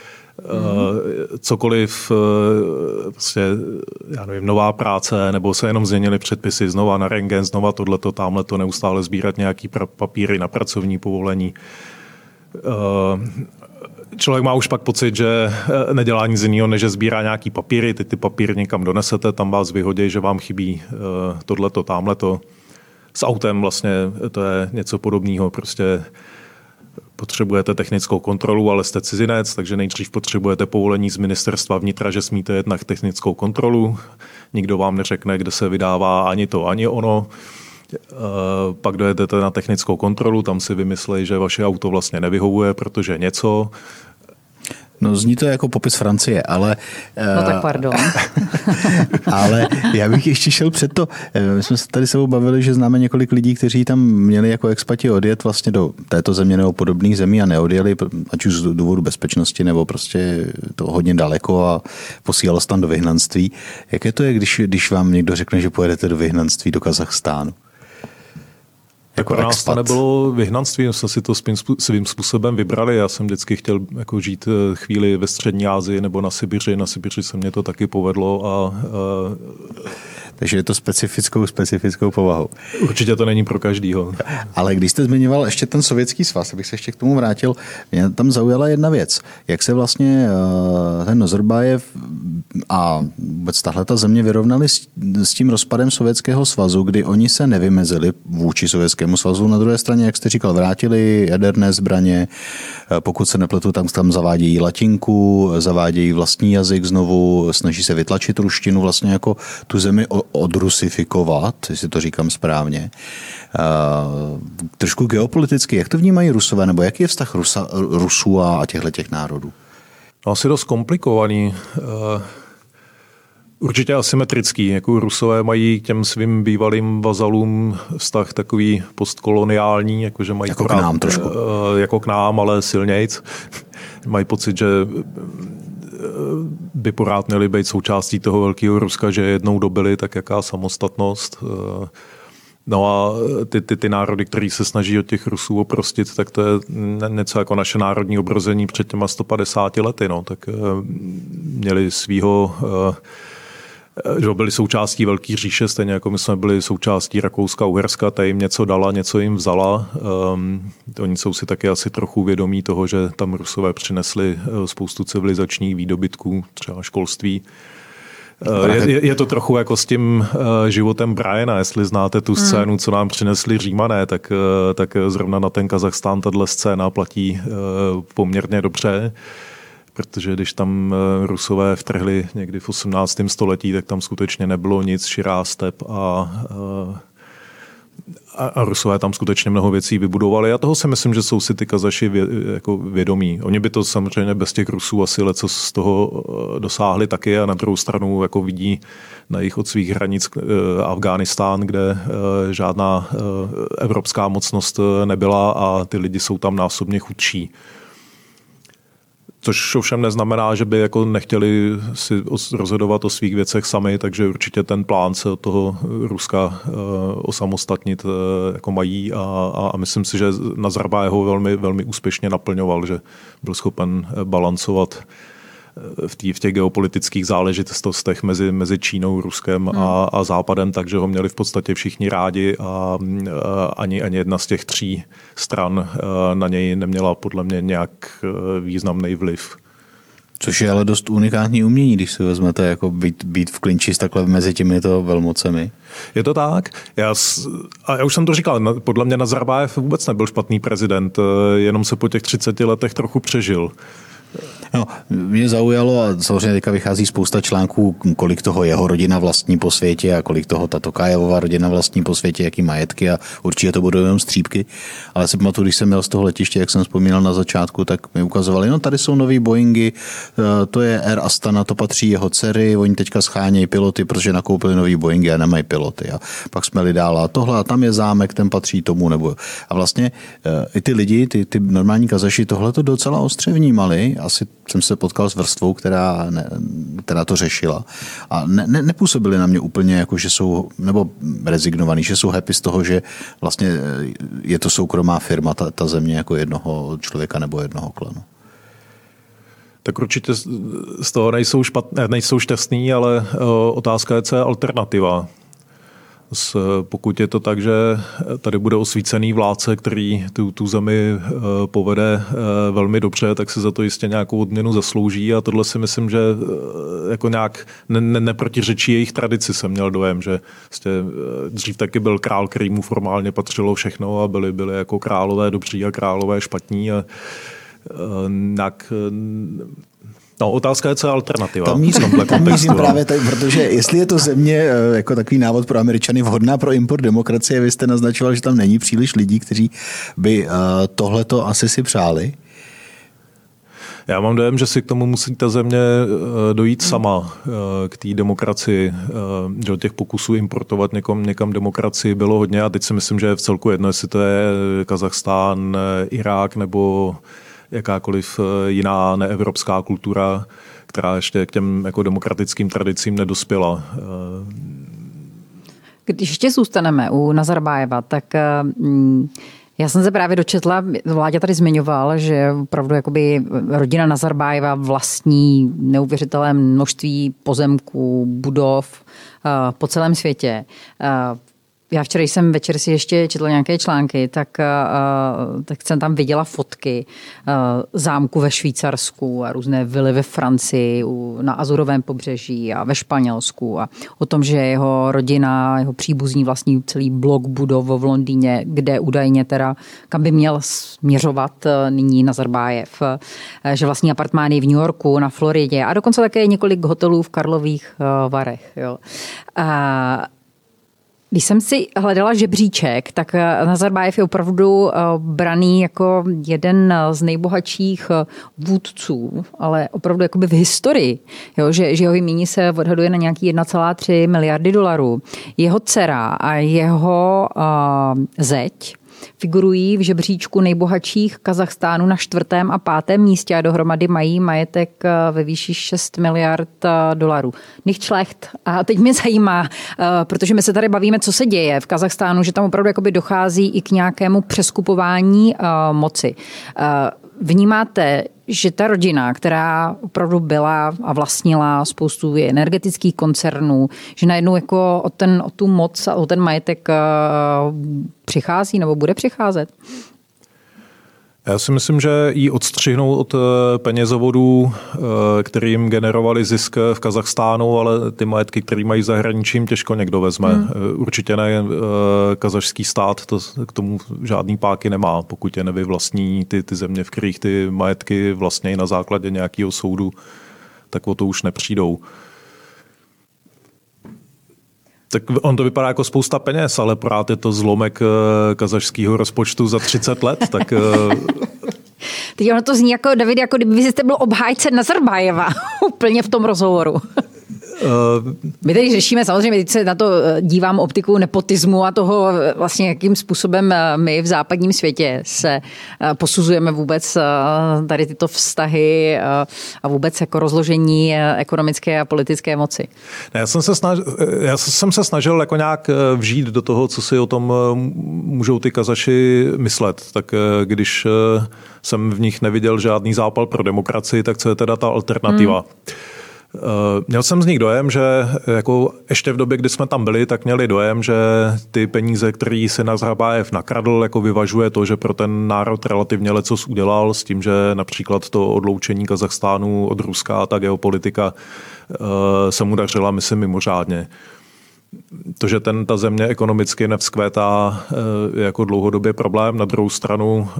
Cokoliv, prostě, já nevím, nová práce, nebo se jenom změnily předpisy, znova na rentgen, znova tohleto, tamhleto, neustále sbírat nějaký papíry na pracovní povolení. Člověk má už pak pocit, že nedělá nic jiného, než že sbírá nějaký papíry, ty papíry někam donesete, tam vás vyhodí, že vám chybí tohleto, tamhleto. S autem vlastně to je něco podobného, prostě potřebujete technickou kontrolu, ale jste cizinec, takže nejdřív potřebujete povolení z ministerstva vnitra, že smíte jet na technickou kontrolu. Nikdo vám neřekne, kde se vydává ani to, ani ono. Pak dojedete na technickou kontrolu, tam si vymyslejí, že vaše auto vlastně nevyhovuje, protože něco. No zní to jako popis Francie, ale... No tak pardon. Ale já bych ještě šel před to. My jsme se tady sebou bavili, že známe několik lidí, kteří tam měli jako expati odjet vlastně do této země nebo podobných zemí a neodjeli, ať už z důvodu bezpečnosti nebo prostě to hodně daleko a posílalo se tam do vyhnanství. Jaké to je, když vám někdo řekne, že pojedete do vyhnanství do Kazachstánu? Jako pro nás to nebylo vyhnanství, jsme si to svým způsobem vybrali. Já jsem vždycky chtěl jako žít chvíli ve střední Asii nebo na Sibiři. Na Sibiři se mě to taky povedlo. Takže je to specifickou povahou. Určitě to není pro každýho. Ale když jste zmiňoval ještě ten Sovětský svaz, abych se ještě k tomu vrátil, mě tam zaujala jedna věc. Jak se vlastně ten Nazarbájev a vůbec tahleta země vyrovnali s tím rozpadem Sovětského svazu, kdy oni se nevymezili vůči Sovětskému svazu. Na druhé straně, jak jste říkal, vrátili jaderné zbraně, pokud se nepletu, tam zavádějí latinku, zavádějí vlastní jazyk znovu, snaží se vytlačit ruštinu, vlastně jako tu zemi odrusifikovat, jestli to říkám správně. Trošku geopoliticky, jak to vnímají Rusové, nebo jaký je vztah Rusů a těchto národů? No, asi dost komplikovaný. Určitě asymetrický. Jako Rusové mají k těm svým bývalým vazalům vztah takový postkoloniální, jakože mají jako k nám trošku. Jako k nám, ale silnějc. Mají pocit, že by pořád měli být součástí toho velkého Ruska, že jednou dobili, tak jaká samostatnost. No a ty národy, které se snaží od těch Rusů oprostit, tak to je něco jako naše národní obrození před těma 150 lety. No. Tak měli svýho, že byli součástí velké říše, stejně jako my jsme byli součástí Rakouska, Uherska, ta jim něco dala, něco jim vzala. Oni jsou si taky asi trochu vědomí toho, že tam Rusové přinesli spoustu civilizačních výdobytků, třeba školství. Je to trochu jako s tím životem Briana, jestli znáte tu scénu, co nám přinesli Římané, tak zrovna na ten Kazachstán tato scéna platí poměrně dobře, protože když tam Rusové vtrhli někdy v 18. století, tak tam skutečně nebylo nic, širá step a Rusové tam skutečně mnoho věcí vybudovali a toho si myslím, že jsou si ty Kazaši jako vědomí. Oni by to samozřejmě bez těch Rusů asi leco z toho dosáhli taky a na druhou stranu jako vidí na jich od svých hranic Afghánistán, kde žádná evropská mocnost nebyla a ty lidi jsou tam násobně chudší. Což ovšem neznamená, že by jako nechtěli si rozhodovat o svých věcech sami, takže určitě ten plán se od toho Ruska osamostatnit jako mají a myslím si, že Nazarbájev ho velmi, velmi úspěšně naplňoval, že byl schopen balancovat v těch geopolitických záležitostech mezi Čínou, Ruskem a Západem, takže ho měli v podstatě všichni rádi a ani jedna z těch tří stran na něj neměla podle mě nějak významný vliv. Což je ale dost unikátní umění, když si vezmete jako být v klinči s takhle mezi těmito velmocemi. Je to tak. Já už jsem to říkal, podle mě Nazarbájev vůbec nebyl špatný prezident, jenom se po těch 30 letech trochu přežil. No, mě zaujalo, a samozřejmě teďka vychází spousta článků, kolik toho jeho rodina vlastní po světě a kolik toho ta Tokajevova rodina vlastní po světě, jaký majetky a určitě to budou jenom střípky. Ale si pamatuju, když jsem měl z toho letiště, jak jsem vzpomínal na začátku, tak mi ukazovali, no tady jsou nový Boeingy, to je Air Astana, to patří jeho dcery, oni teďka schánějí piloty, protože nakoupili nový Boeingy a nemají piloty. A pak jsme li dál a tohle a tam je zámek, ten patří tomu. Nebo. A vlastně i ty lidi, ty normální Kazaši, tohle to docela ostře vnímali. Asi jsem se potkal s vrstvou, která to řešila. A nepůsobili na mě úplně jako, že jsou, nebo rezignovaní, že jsou happy z toho, že vlastně je to soukromá firma, ta země jako jednoho člověka nebo jednoho klanu. Tak určitě z toho nejsou šťastní, ale otázka je, co je alternativa. Pokud je to tak, že tady bude osvícený vládce, který tu zemi povede velmi dobře, tak si za to jistě nějakou odměnu zaslouží a tohle si myslím, že jako nějak neprotiřečí jejich tradici, jsem měl dojem, že dřív taky byl král, který mu formálně patřilo všechno a byli jako králové dobří a králové špatní a No, otázka je, co je alternativa. Tam mířím právě tak, protože jestli je to země jako takový návod pro Američany vhodná pro import demokracie, vy jste naznačoval, že tam není příliš lidí, kteří by tohleto asi si přáli. Já mám dojem, že si k tomu musí ta země dojít sama, k té demokracii. Do těch pokusů importovat někam demokracii bylo hodně a teď si myslím, že je v celku jedno, jestli to je Kazachstán, Irák nebo jakákoliv jiná neevropská kultura, která ještě k těm jako demokratickým tradicím nedospěla. Když ještě zůstaneme u Nazarbájeva, tak já jsem se právě dočetla, Vláďa tady zmiňoval, že opravdu jakoby rodina Nazarbájeva vlastní neuvěřitelné množství pozemků, budov po celém světě. Já včera jsem večer si ještě četla nějaké články, tak jsem tam viděla fotky zámku ve Švýcarsku a různé vily ve Francii, na Azurovém pobřeží a ve Španělsku a o tom, že jeho rodina, jeho příbuzní vlastní celý blok budov v Londýně, kde údajně teda, kam by měl směřovat nyní Nazarbájev, že vlastní apartmány v New Yorku, na Floridě a dokonce také několik hotelů v Karlových Varech. Jo. Když jsem si hledala žebříček, tak Nazarbájev je opravdu braný jako jeden z nejbohatších vůdců, ale opravdu jakoby v historii, jo, že jeho jmění se odhaduje na nějaký 1,3 miliardy dolarů. Jeho dcera a jeho zeď figurují v žebříčku nejbohatších Kazachstánu na 4. a 5. místě a dohromady mají majetek ve výši 6 miliard dolarů. Nicht schlecht. A teď mě zajímá, protože my se tady bavíme, co se děje v Kazachstánu, že tam opravdu jakoby dochází i k nějakému přeskupování moci. Vnímáte, že ta rodina, která opravdu byla a vlastnila spoustu energetických koncernů, že najednou jako o tu moc a o ten majetek přichází nebo bude přicházet? Já si myslím, že ji odstřihnou od penězovodů, kterým generovali zisk v Kazachstánu, ale ty majetky, které mají zahraničím, těžko někdo vezme. Určitě ne kazašský stát, to k tomu žádný páky nemá, pokud je nevyvlastní ty země, v kterých ty majetky vlastnějí na základě nějakého soudu, tak o to už nepřijdou. Tak on to vypadá jako spousta peněz, ale pořád je to zlomek kazašského rozpočtu za 30 let, tak... Teď ono to zní jako, David, jako kdyby jste byl obhájce Nazarbájeva úplně v tom rozhovoru. My tady řešíme, samozřejmě, teď se na to dívám optiku nepotismu a toho vlastně, jakým způsobem my v západním světě se posuzujeme vůbec tady tyto vztahy a vůbec jako rozložení ekonomické a politické moci. Já jsem se snažil jako nějak vžít do toho, co si o tom můžou ty Kazaši myslet. Tak když jsem v nich neviděl žádný zápal pro demokracii, tak co je teda ta alternativa? Měl jsem z nich dojem, že jako ještě v době, kdy jsme tam byli, tak měli dojem, že ty peníze, který si Nazarbájev nakradl, jako vyvažuje to, že pro ten národ relativně lecos udělal s tím, že například to odloučení Kazachstánu od Ruska a ta geopolitika se mu dařila, myslím, mimořádně. To, že ta země ekonomicky nevzkvétá, je jako dlouhodobě problém. Na druhou stranu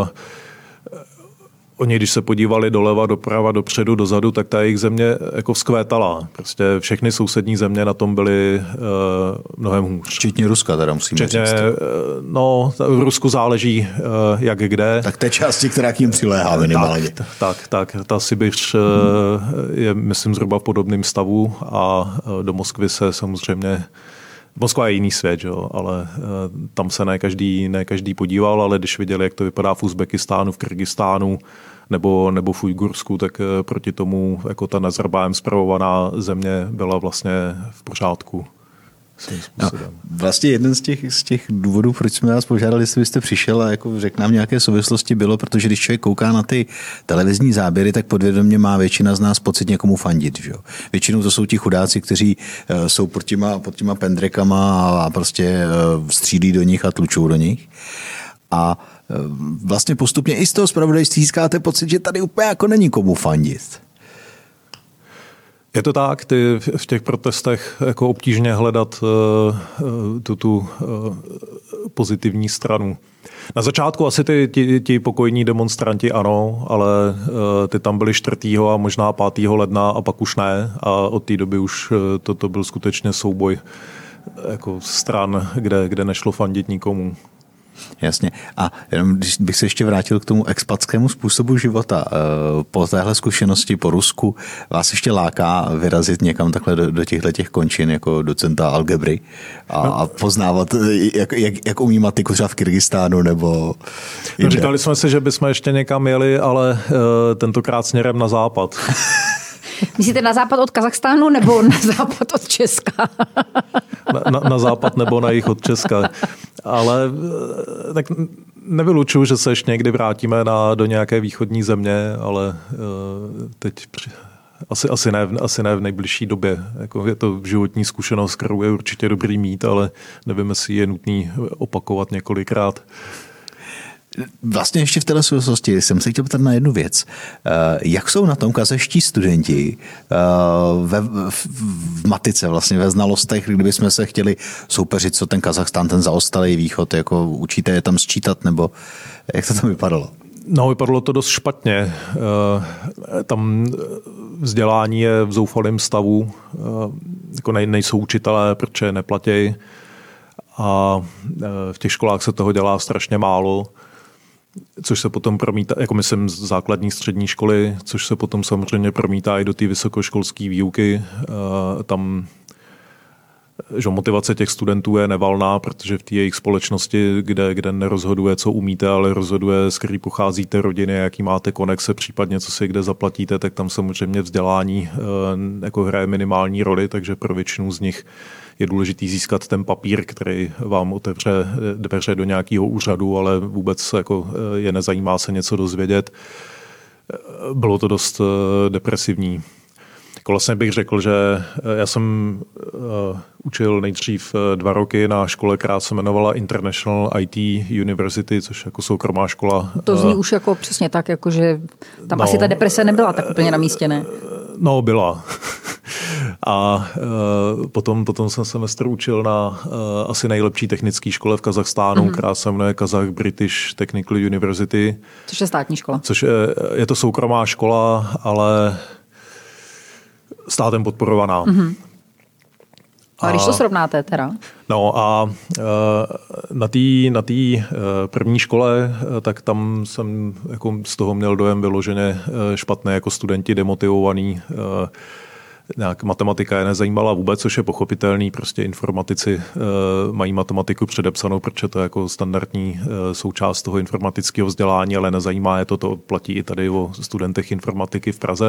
oni, když se podívali doleva, doprava, dopředu, dozadu, tak ta jejich země jako vzkvétala. Prostě všechny sousední země na tom byly mnohem hůř. Včetně Ruska teda musíme říct. No, v Rusku záleží jak kde. Tak té části, která k ním přiléhá minimálně. Tak. Ta Sibiř je, myslím, zhruba v podobném stavu a do Moskvy se samozřejmě... Moskva je jiný svět, jo, ale tam se ne každý podíval, ale když viděli, jak to vypadá v Uzbekistánu, v Kyrgyzstánu nebo v Ujgursku, tak proti tomu jako ta Nazarbájem spravovaná země byla vlastně v pořádku. No, vlastně jeden z těch důvodů, proč jsme vás požádali, jestli byste přišel a jako řekl nám nějaké souvislosti, bylo, protože když člověk kouká na ty televizní záběry, tak podvědomě má většina z nás pocit někomu fandit. Že jo? Většinou to jsou ti chudáci, kteří jsou pod těma pendrekama a prostě střílí do nich a tlučou do nich. A vlastně postupně i z toho zpravodajství získáte pocit, že tady úplně jako není komu fandit. Je to tak, v těch protestech jako obtížně hledat tu pozitivní stranu. Na začátku asi ti pokojní demonstranti ano, ale ty tam byli 4. a možná 5. ledna a pak už ne a od té doby už to byl skutečně souboj jako stran, kde nešlo fandit nikomu. Jasně. A jenom když bych se ještě vrátil k tomu expatskému způsobu života, po téhle zkušenosti po Rusku vás ještě láká vyrazit někam takhle do těch končin jako docenta algebry a poznávat, jak umí matiku třeba v Kyrgyzstánu nebo no, říkali jsme si, že bychom ještě někam jeli, ale tentokrát směrem na západ. Myslíte na západ od Kazachstánu nebo na západ od Česka? Na západ nebo na jih od Česka. Ale tak nevylučuju, že se ještě někdy vrátíme do nějaké východní země, ale teď asi ne v nejbližší době. Jako je to životní zkušenost, kterou je určitě dobrý mít, ale nevím, jestli je nutný opakovat několikrát. Vlastně ještě v této souvislosti jsem se chtěl ptat na jednu věc. Jak jsou na tom kazaští studenti v matice, vlastně ve znalostech, kdybychom se chtěli soupeřit, co ten Kazachstán, ten zaostalý východ, jako učíte je tam sčítat, nebo jak to tam vypadalo? No, vypadalo to dost špatně. Tam vzdělání je v zoufalém stavu, jako nejsou učitelé, protože neplatí a v těch školách se toho dělá strašně málo, což se potom promítá, jako myslím základní střední školy, což se potom samozřejmě promítá i do té vysokoškolské výuky. Tam že motivace těch studentů je nevalná, protože v té jejich společnosti, kde nerozhoduje, co umíte, ale rozhoduje, z který pocházíte rodiny, jaký máte konexe, případně co si kde zaplatíte, tak tam samozřejmě vzdělání jako hraje minimální roli, takže pro většinu z nich je důležitý získat ten papír, který vám otevře dveře do nějakého úřadu, ale vůbec jako je nezajímá se něco dozvědět. Bylo to dost depresivní. Vlastně bych řekl, že já jsem učil nejdřív 2 roky na škole, která se jmenovala International IT University, což jako soukromá škola. To zní už jako přesně tak, jako že tam asi ta deprese nebyla tak úplně na místě, ne? No, byla. A potom jsem semestr učil na asi nejlepší technické škole v Kazachstánu, která se jmenuje Kazakh British Technical University. Což je státní škola. Což je to soukromá škola, ale státem podporovaná. Mm-hmm. A když to srovnáte teda? No a na té první škole, tak tam jsem jako z toho měl dojem vyloženě špatné, jako studenti demotivovaný. Nějak matematika je nezajímala vůbec, což je pochopitelný. Prostě informatici mají matematiku předepsanou, protože to je jako standardní součást toho informatického vzdělání, ale nezajímá je to. To platí i tady o studentech informatiky v Praze.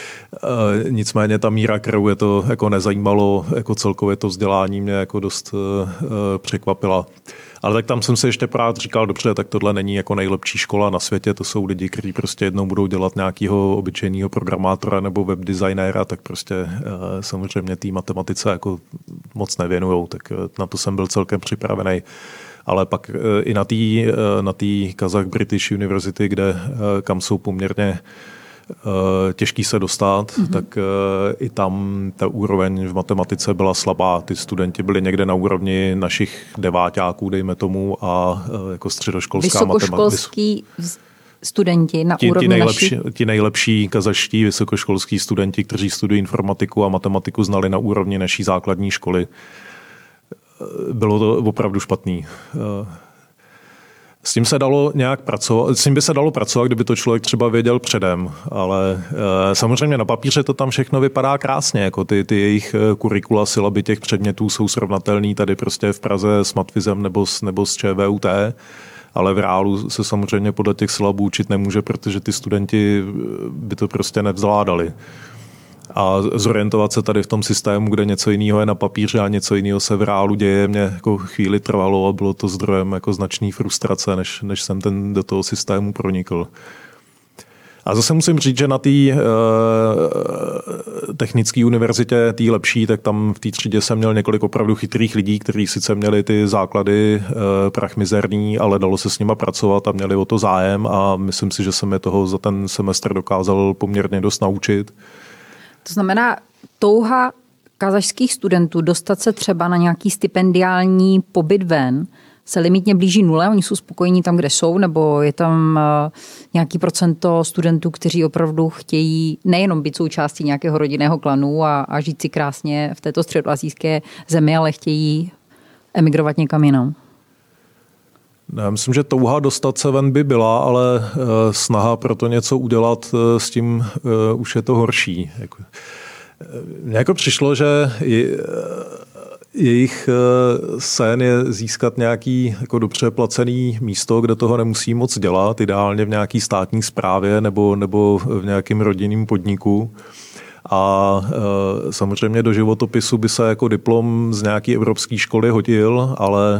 Nicméně ta míra, kterou je to jako nezajímalo, jako celkově to vzdělání mě jako dost překvapila. Ale tak tam jsem si ještě právě říkal, dobře, tak tohle není jako nejlepší škola na světě, to jsou lidi, kteří prostě jednou budou dělat nějakého obyčejného programátora nebo webdesignéra, tak prostě samozřejmě té matematice jako moc nevěnujou, tak na to jsem byl celkem připravený. Ale pak i na té Kazakh British University, kam jsou poměrně těžký se dostat, tak i tam ta úroveň v matematice byla slabá. Ty studenti byli někde na úrovni našich deváťáků, dejme tomu, a jako středoškolská vysokoškolský studenti na úrovni našich... Ti nejlepší kazaští vysokoškolský studenti, kteří studují informatiku a matematiku, znali na úrovni naší základní školy. Bylo to opravdu špatný. S tím se dalo nějak pracovat, s tím by se dalo pracovat, kdyby to člověk třeba věděl předem, ale samozřejmě na papíře to tam všechno vypadá krásně, jako ty jejich kurikula, sylaby těch předmětů jsou srovnatelný tady prostě v Praze s Matvizem nebo s ČVUT, ale v reálu se samozřejmě podle těch sylabů učit nemůže, protože ty studenti by to prostě nevzládali. A zorientovat se tady v tom systému, kde něco jiného je na papíře a něco jiného se v reálu děje, mě jako chvíli trvalo a bylo to zdrojem jako značný frustrace, než jsem do toho systému pronikl. A zase musím říct, že na té technické univerzitě, té lepší, tak tam v té třídě jsem měl několik opravdu chytrých lidí, kteří sice měli ty základy prach mizerný, ale dalo se s nima pracovat a měli o to zájem a myslím si, že jsem je toho za ten semestr dokázal poměrně dost naučit. To znamená, touha kazašských studentů dostat se třeba na nějaký stipendiální pobyt ven se limitně blíží nule, oni jsou spokojení tam, kde jsou, nebo je tam nějaký procento studentů, kteří opravdu chtějí nejenom být součástí nějakého rodinného klanu a žít si krásně v této středoasijské zemi, ale chtějí emigrovat někam jinam? Já myslím, že touha dostat se ven by byla, ale snaha pro to něco udělat s tím už je to horší. Mně jako přišlo, že jejich sen je získat nějaký jako dobře placený místo, kde toho nemusí moc dělat, ideálně v nějaký státní správě nebo v nějakém rodinném podniku. A samozřejmě do životopisu by se jako diplom z nějaké evropské školy hodil, ale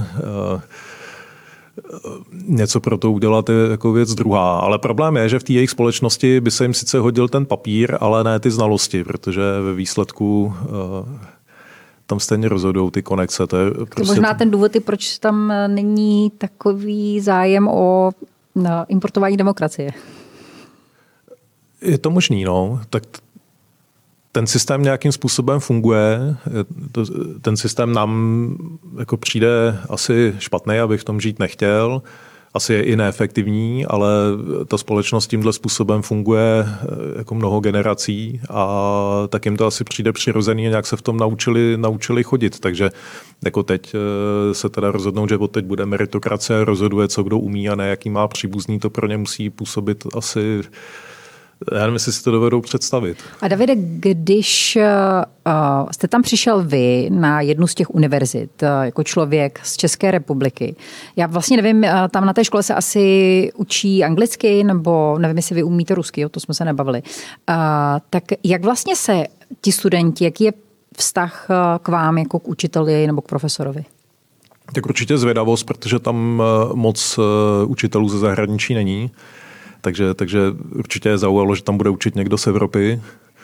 něco pro to udělat je jako věc druhá. Ale problém je, že v té jejich společnosti by se jim sice hodil ten papír, ale ne ty znalosti, protože ve výsledku tam stejně rozhodují ty konekce. To je prostě možná ten důvod je, proč tam není takový zájem o importování demokracie. Je to možný, no. Tak ten systém nějakým způsobem funguje. Ten systém nám jako přijde asi špatný, abych v tom žít nechtěl. Asi je i neefektivní, ale ta společnost tímhle způsobem funguje jako mnoho generací a tak jim to asi přijde přirozený a nějak se v tom naučili chodit. Takže jako teď se teda rozhodnou, že od teď bude meritokracie, rozhoduje, co kdo umí a ne, jaký má příbuzný, to pro ně musí působit asi. Já nevím, jestli si to dovedou představit. A Davide, když jste tam přišel vy na jednu z těch univerzit jako člověk z České republiky, já vlastně nevím, tam na té škole se asi učí anglicky, nebo nevím, jestli vy umíte rusky, o to jsme se nebavili. Tak jak vlastně se ti studenti, jaký je vztah k vám jako k učiteli nebo k profesorovi? Tak určitě zvědavost, protože tam moc učitelů ze zahraničí není. Takže určitě je zaujalo, že tam bude učit někdo z Evropy.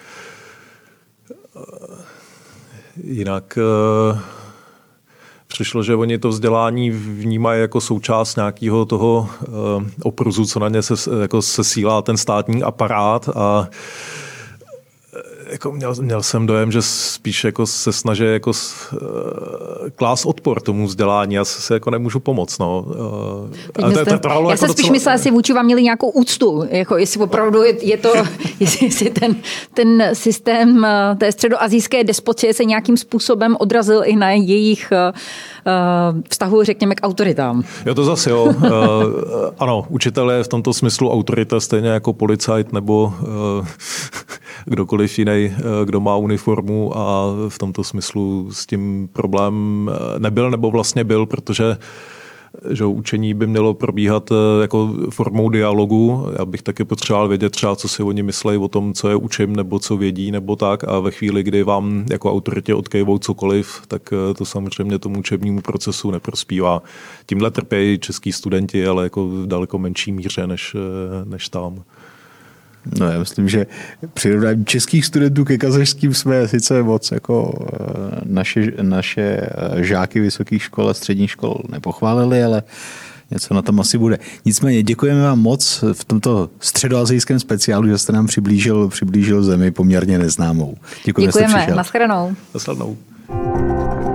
Jinak přišlo, že oni to vzdělání vnímají jako součást nějakého toho opruzu, co na ně jako sesílá ten státní aparát a jako měl jsem dojem, že spíš jako se snaží jako klást odpor tomu vzdělání. Já se jako nemůžu pomoct. No. Já jsem spíš myslela, jestli vůči vám měli nějakou úctu. Jako jestli opravdu je to, jestli ten systém té středoasijské despocie se nějakým způsobem odrazil i na jejich vztahu, řekněme, k autoritám. Jo, to zase jo. Ano, učitel je v tomto smyslu autorita stejně jako policajt nebo kdokoliv jiný, kdo má uniformu a v tomto smyslu s tím problém nebyl, nebo vlastně byl, protože že učení by mělo probíhat jako formou dialogu. Já bych taky potřeboval vědět třeba, co si oni myslejí o tom, co je učím, nebo co vědí, nebo tak. A ve chvíli, kdy vám jako autoritě odkejvou cokoliv, tak to samozřejmě tomu učebnímu procesu neprospívá. Tímhle trpějí český studenti, ale jako v daleko menší míře než tam. No, já myslím, že přirovnání českých studentů ke kazašským jsme sice moc jako naše žáky vysokých škol a středních škol nepochválili, ale něco na tom asi bude. Nicméně děkujeme vám moc v tomto středoasijském speciálu, že jste nám přiblížil zemi poměrně neznámou. Děkujeme, nashledanou. Nashledanou.